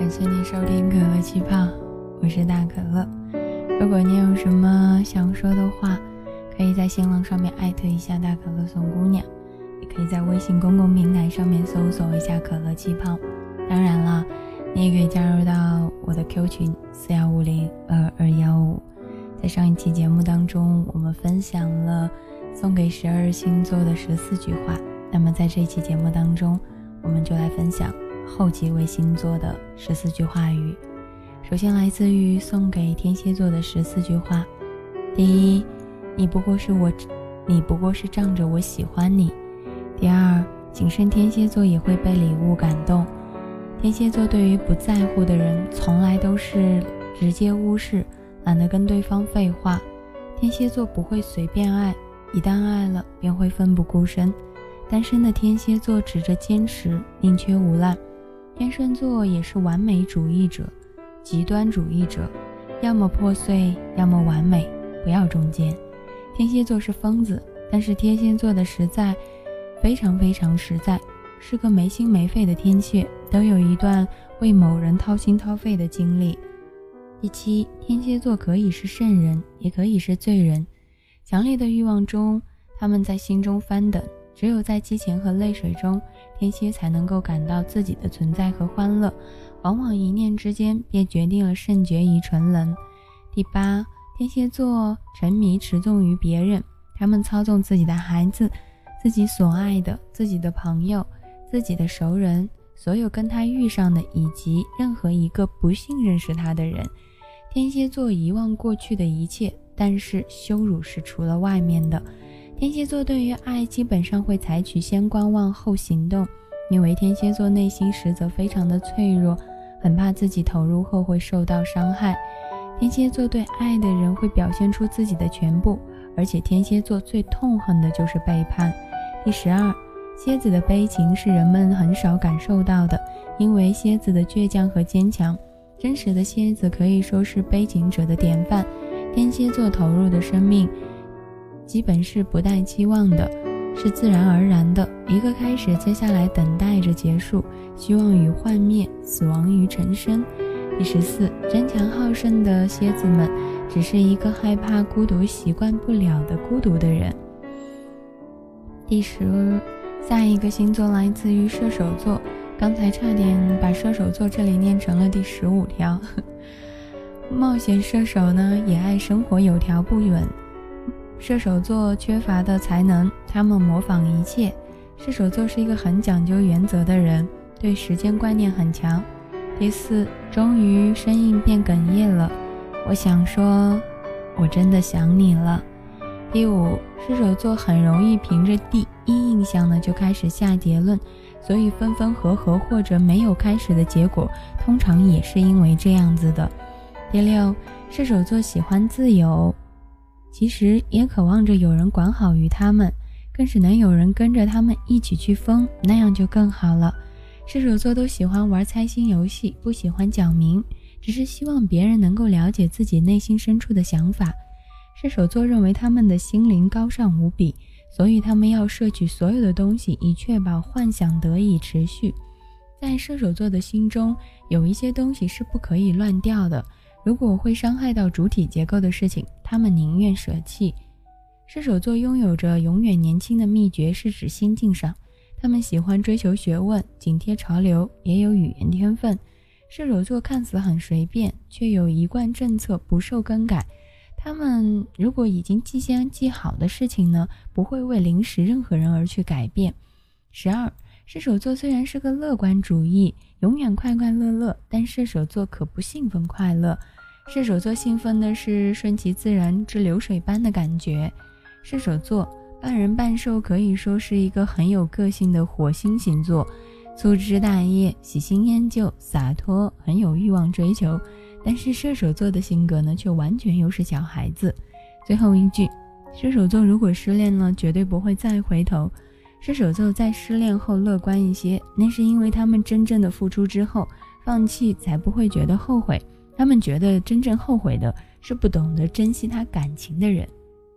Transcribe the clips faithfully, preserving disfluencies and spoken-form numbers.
感谢你收听可乐气泡，我是大可乐。如果你有什么想说的话，可以在新浪上面艾特一下大可乐送姑娘，也可以在微信公共平台上面搜索一下可乐气泡。当然了，你也可以加入到我的 Q 群四一五零二二一五。在上一期节目当中，我们分享了送给十二星座的十四句话，那么在这一期节目当中，我们就来分享后几位星座的十四句话语。首先来自于送给天蝎座的十四句话。第一，你不过是我你不过是仗着我喜欢你。第二，谨慎天蝎座也会被礼物感动。天蝎座对于不在乎的人从来都是直接无视，懒得跟对方废话。天蝎座不会随便爱，一旦爱了便会奋不顾身。单身的天蝎座指着坚持，宁缺毋滥。天秤座也是完美主义者，极端主义者，要么破碎，要么完美，不要中间。天蝎座是疯子，但是天蝎座的实在非常非常实在，是个没心没肺的天蝎，都有一段为某人掏心掏肺的经历。第七，天蝎座可以是圣人，也可以是罪人。强烈的欲望中，他们在心中翻腾，只有在激情和泪水中，天蝎才能够感到自己的存在和欢乐，往往一念之间便决定了圣决与沉沦。第八，天蝎座沉迷持重于别人，他们操纵自己的孩子，自己所爱的，自己的朋友，自己的熟人，所有跟他遇上的，以及任何一个不幸认识他的人。天蝎座遗忘过去的一切，但是羞辱是除了外面的。天蝎座对于爱基本上会采取先观望后行动，因为天蝎座内心实则非常的脆弱，很怕自己投入后会受到伤害。天蝎座对爱的人会表现出自己的全部，而且天蝎座最痛恨的就是背叛。第十二，蝎子的悲情是人们很少感受到的，因为蝎子的倔强和坚强，真实的蝎子可以说是悲情者的典范。天蝎座投入的生命基本是不带期望的，是自然而然的，一个开始，接下来等待着结束，希望与幻灭，死亡于尘生。第十四，争强好胜的蝎子们只是一个害怕孤独、习惯不了的孤独的人。第十，下一个星座来自于射手座，刚才差点把射手座这里念成了第十五条。冒险射手呢，也爱生活有条不紊。射手座缺乏的才能，他们模仿一切。射手座是一个很讲究原则的人，对时间观念很强。第四，终于声音变哽咽了，我想说，我真的想你了。第五，射手座很容易凭着第一印象呢就开始下结论，所以分分合合或者没有开始的结果，通常也是因为这样子的。第六，射手座喜欢自由，其实也渴望着有人管好于他们，更是能有人跟着他们一起去疯，那样就更好了。射手座都喜欢玩猜心游戏，不喜欢讲明，只是希望别人能够了解自己内心深处的想法。射手座认为他们的心灵高尚无比，所以他们要摄取所有的东西，以确保幻想得以持续。在射手座的心中，有一些东西是不可以乱掉的，如果会伤害到主体结构的事情，他们宁愿舍弃。射手座拥有着永远年轻的秘诀，是指心境上，他们喜欢追求学问，紧贴潮流，也有语言天分。射手座看似很随便，却有一贯政策，不受更改。他们如果已经记先记好的事情呢，不会为临时任何人而去改变。十二，射手座虽然是个乐观主义，永远快快乐乐，但射手座可不兴奋快乐。射手座兴奋的是顺其自然之流水般的感觉。射手座半人半兽，可以说是一个很有个性的火星星座，粗枝大叶，喜新厌旧，洒脱，很有欲望追求。但是射手座的性格呢，却完全又是小孩子。最后一句，射手座如果失恋了，绝对不会再回头。射手座在失恋后乐观一些，那是因为他们真正的付出之后，放弃才不会觉得后悔。他们觉得真正后悔的是不懂得珍惜他感情的人。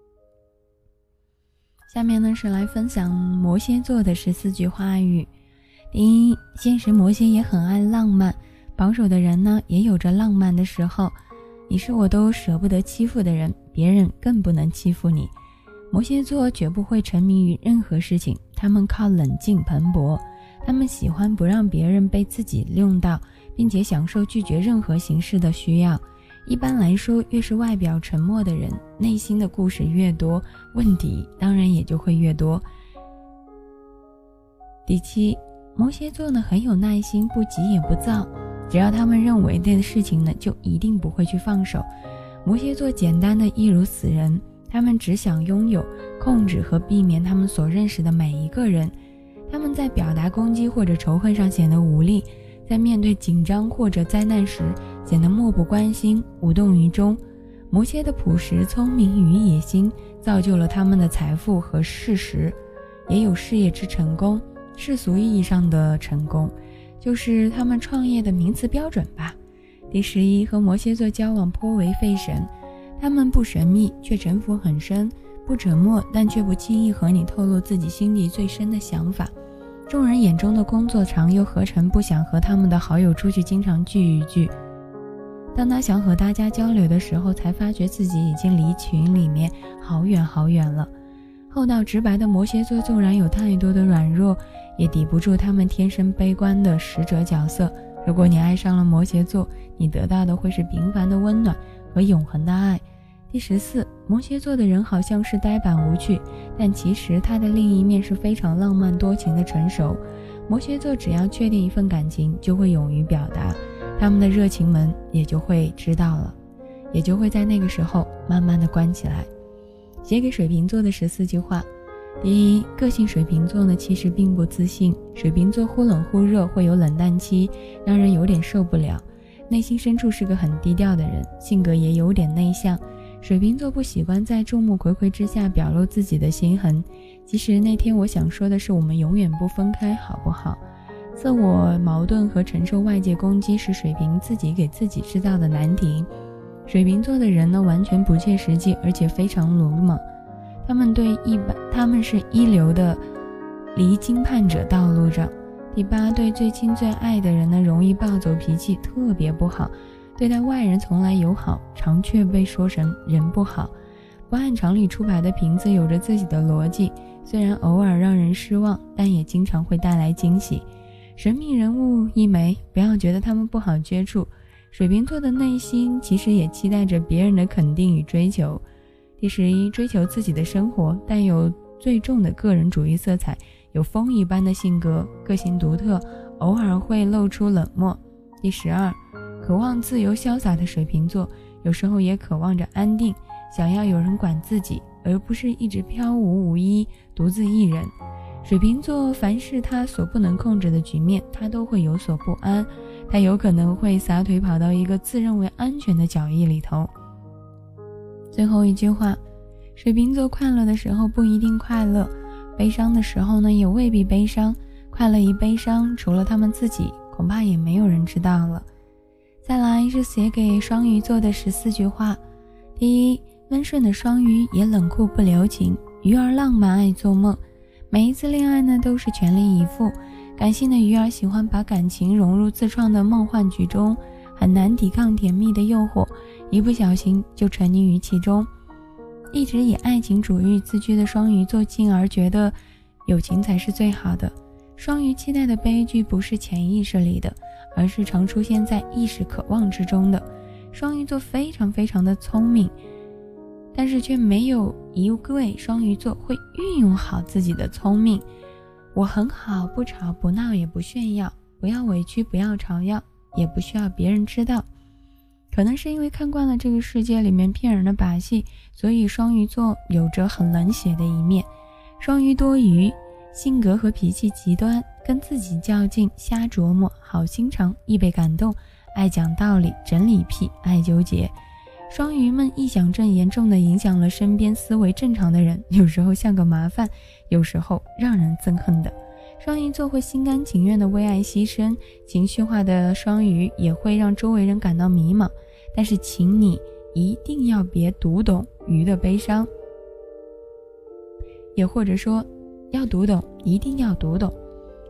下面呢是来分享摩羯座的十四句话语。第一，现实摩羯也很爱浪漫， 保守的人呢，也有着浪漫的时候。你是我都舍不得欺负的人，别人更不能欺负你。摩羯座绝不会沉迷于任何事情，他们靠冷静蓬勃，他们喜欢不让别人被自己用到，并且享受拒绝任何形式的需要。一般来说，越是外表沉默的人，内心的故事越多，问题当然也就会越多。第七，摩羯座呢很有耐心，不急也不躁，只要他们认为对的事情呢，就一定不会去放手。摩羯座简单的一如死人，他们只想拥有、控制和避免他们所认识的每一个人。他们在表达攻击或者仇恨上显得无力，在面对紧张或者灾难时显得漠不关心、无动于衷。摩羯的朴实、聪明与野心造就了他们的财富和事实，也有事业之成功。世俗意义上的成功，就是他们创业的名词标准吧。第十一，和摩羯座交往颇为费神，他们不神秘却城府很深，不沉默但却不轻易和你透露自己心底最深的想法。众人眼中的工作常又何曾不想和他们的好友出去经常聚一聚。当他想和大家交流的时候，才发觉自己已经离群里面好远好远了。厚道直白的摩羯座纵然有太多的软弱，也抵不住他们天生悲观的使者角色。如果你爱上了摩羯座，你得到的会是平凡的温暖和永恒的爱。第十四，摩羯座的人好像是呆板无趣，但其实他的另一面是非常浪漫多情的成熟。摩羯座只要确定一份感情，就会勇于表达，他们的热情门也就会知道了，也就会在那个时候慢慢的关起来。写给水瓶座的十四句话。第一，个性水瓶座呢其实并不自信，水瓶座忽冷忽热，会有冷淡期，让人有点受不了。内心深处是个很低调的人，性格也有点内向。水瓶座不喜欢在众目睽睽之下表露自己的心痕，其实那天我想说的是，我们永远不分开好不好？自我矛盾和承受外界攻击是水瓶自己给自己制造的难题。水瓶座的人呢完全不切实际，而且非常鲁莽。他们对一般他们是一流的离经叛者道路上。第八，对最亲最爱的人呢容易暴走脾气，特别不好。对待外人从来友好，常却被说成人不好。不按常理出牌的瓶子有着自己的逻辑，虽然偶尔让人失望，但也经常会带来惊喜。神秘人物一枚，不要觉得他们不好接触。水瓶座的内心其实也期待着别人的肯定与追求。第十一，追求自己的生活，但有最重的个人主义色彩，有风一般的性格，个性独特，偶尔会露出冷漠。第十二，渴望自由潇洒的水瓶座，有时候也渴望着安定，想要有人管自己，而不是一直飘无无依，独自一人。水瓶座凡是他所不能控制的局面，他都会有所不安，他有可能会撒腿跑到一个自认为安全的角翼里头。最后一句话，水瓶座快乐的时候不一定快乐，悲伤的时候呢也未必悲伤，快乐与悲伤除了他们自己，恐怕也没有人知道了。再来是写给双鱼座的十四句话。第一，温顺的双鱼也冷酷不留情，鱼儿浪漫爱做梦，每一次恋爱呢都是全力以赴，感性的鱼儿喜欢把感情融入自创的梦幻局中，很难抵抗甜蜜的诱惑，一不小心就沉溺于其中。一直以爱情主义自居的双鱼座进而觉得友情才是最好的。双鱼期待的悲剧不是潜意识里的，而是常出现在意识渴望之中的。双鱼座非常非常的聪明，但是却没有一位双鱼座会运用好自己的聪明。我很好，不吵不闹也不炫耀，不要委屈不要吵闹，也不需要别人知道。可能是因为看惯了这个世界里面骗人的把戏，所以双鱼座有着很冷血的一面。双鱼多疑，性格和脾气极端，跟自己较劲，瞎琢磨，好心肠，易被感动，爱讲道理，整理癖，爱纠结。双鱼们臆想症严重地影响了身边思维正常的人，有时候像个麻烦，有时候让人憎恨的。双鱼座会心甘情愿地为爱牺牲，情绪化的双鱼也会让周围人感到迷茫，但是请你一定要别读懂鱼的悲伤，也或者说要读懂，一定要读懂。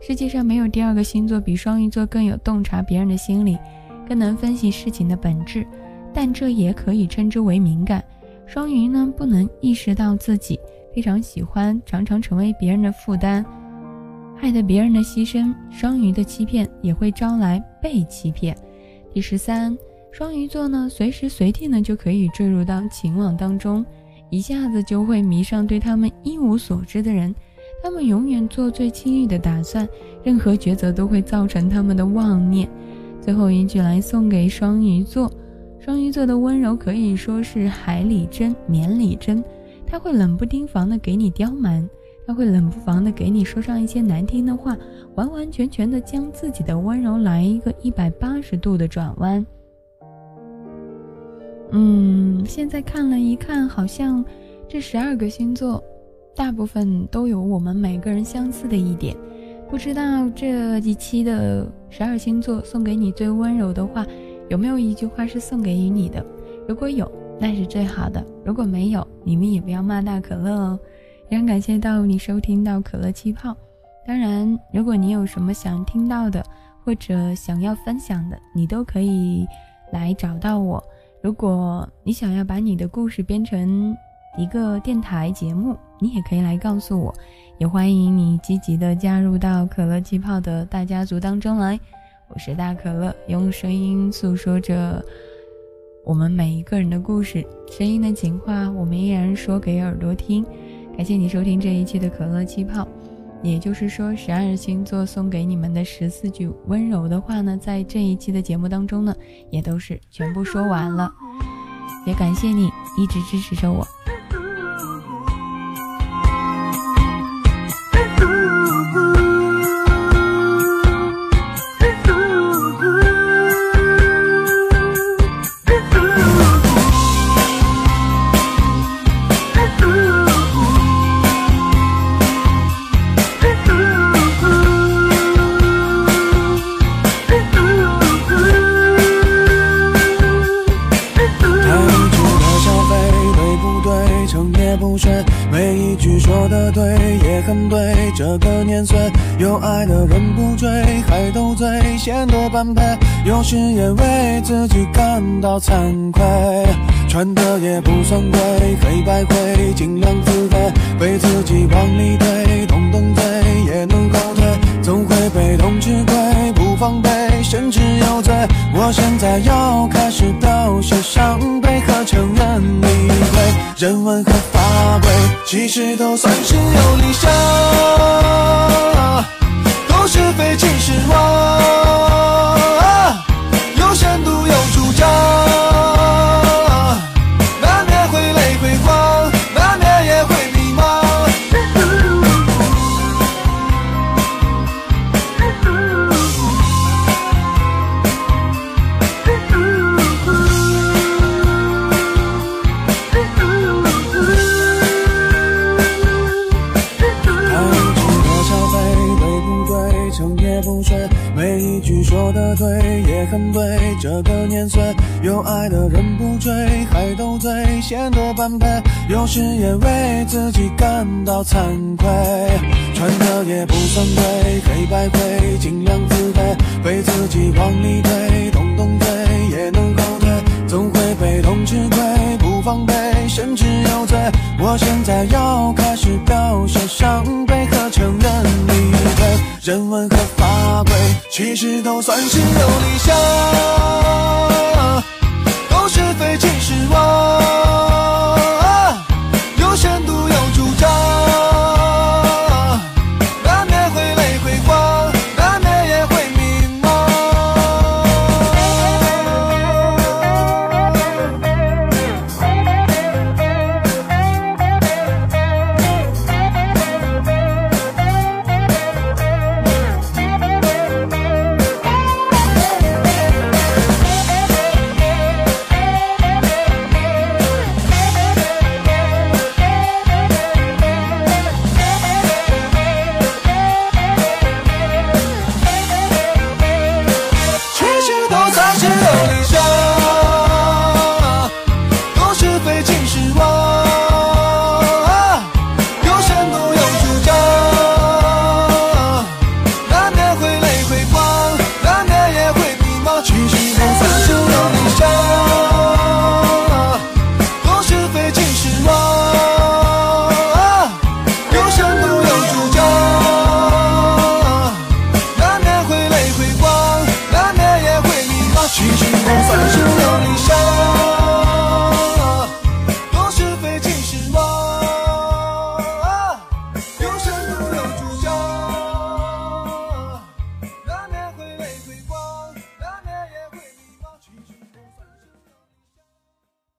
世界上没有第二个星座比双鱼座更有洞察别人的心理，更能分析事情的本质，但这也可以称之为敏感。双鱼呢，不能意识到自己非常喜欢常常成为别人的负担，害得别人的牺牲。双鱼的欺骗也会招来被欺骗。第十三，双鱼座呢，随时随地呢就可以坠入到情网当中，一下子就会迷上对他们一无所知的人。他们永远做最轻易的打算，任何抉择都会造成他们的妄念。最后一句来送给双鱼座，双鱼座的温柔可以说是海里针绵里针，他会冷不丁防的给你刁蛮，他会冷不防的给你说上一些难听的话，完完全全的将自己的温柔来一个一百八十度的转弯。嗯，现在看了一看，好像这十二个星座大部分都有我们每个人相似的一点。不知道这一期的十二星座送给你最温柔的话，有没有一句话是送给予你的？如果有，那是最好的，如果没有，你们也不要骂大可乐哦。非常感谢到你收听到可乐气泡，当然如果你有什么想听到的或者想要分享的，你都可以来找到我。如果你想要把你的故事编成一个电台节目，你也可以来告诉我，也欢迎你积极的加入到可乐气泡的大家族当中来。我是大可乐，用声音诉说着我们每一个人的故事，声音的情话我们依然说给耳朵听。感谢你收听这一期的可乐气泡，也就是说十二星座送给你们的十四句温柔的话呢，在这一期的节目当中呢，也都是全部说完了。也感谢你一直支持着我。 每一句说的对也很对，这个年岁有爱的人不追，还斗嘴显得般配，有时也为自己感到惭愧，穿的也不算贵，黑白灰尽量自卑，被自己往里推，动动嘴也能后退，总会被动吃亏，不防备甚至有罪。我现在要开始道谢伤悲和承认理亏，人文和法规其实都算是有理想，都是非其实妄，有深度有主张，难免会累会慌，难免也会迷茫。每一句说的对也很对，这个年岁有爱的人不追，还斗嘴显得般配，有时也为自己感到惭愧，穿的也不算贵，黑白灰尽量自卑，被自己往里推，动动嘴也能后退，总会被动吃亏，不防备甚至有罪。我现在要开始表现伤悲和承认理亏，人文和法规其实都算是有理想。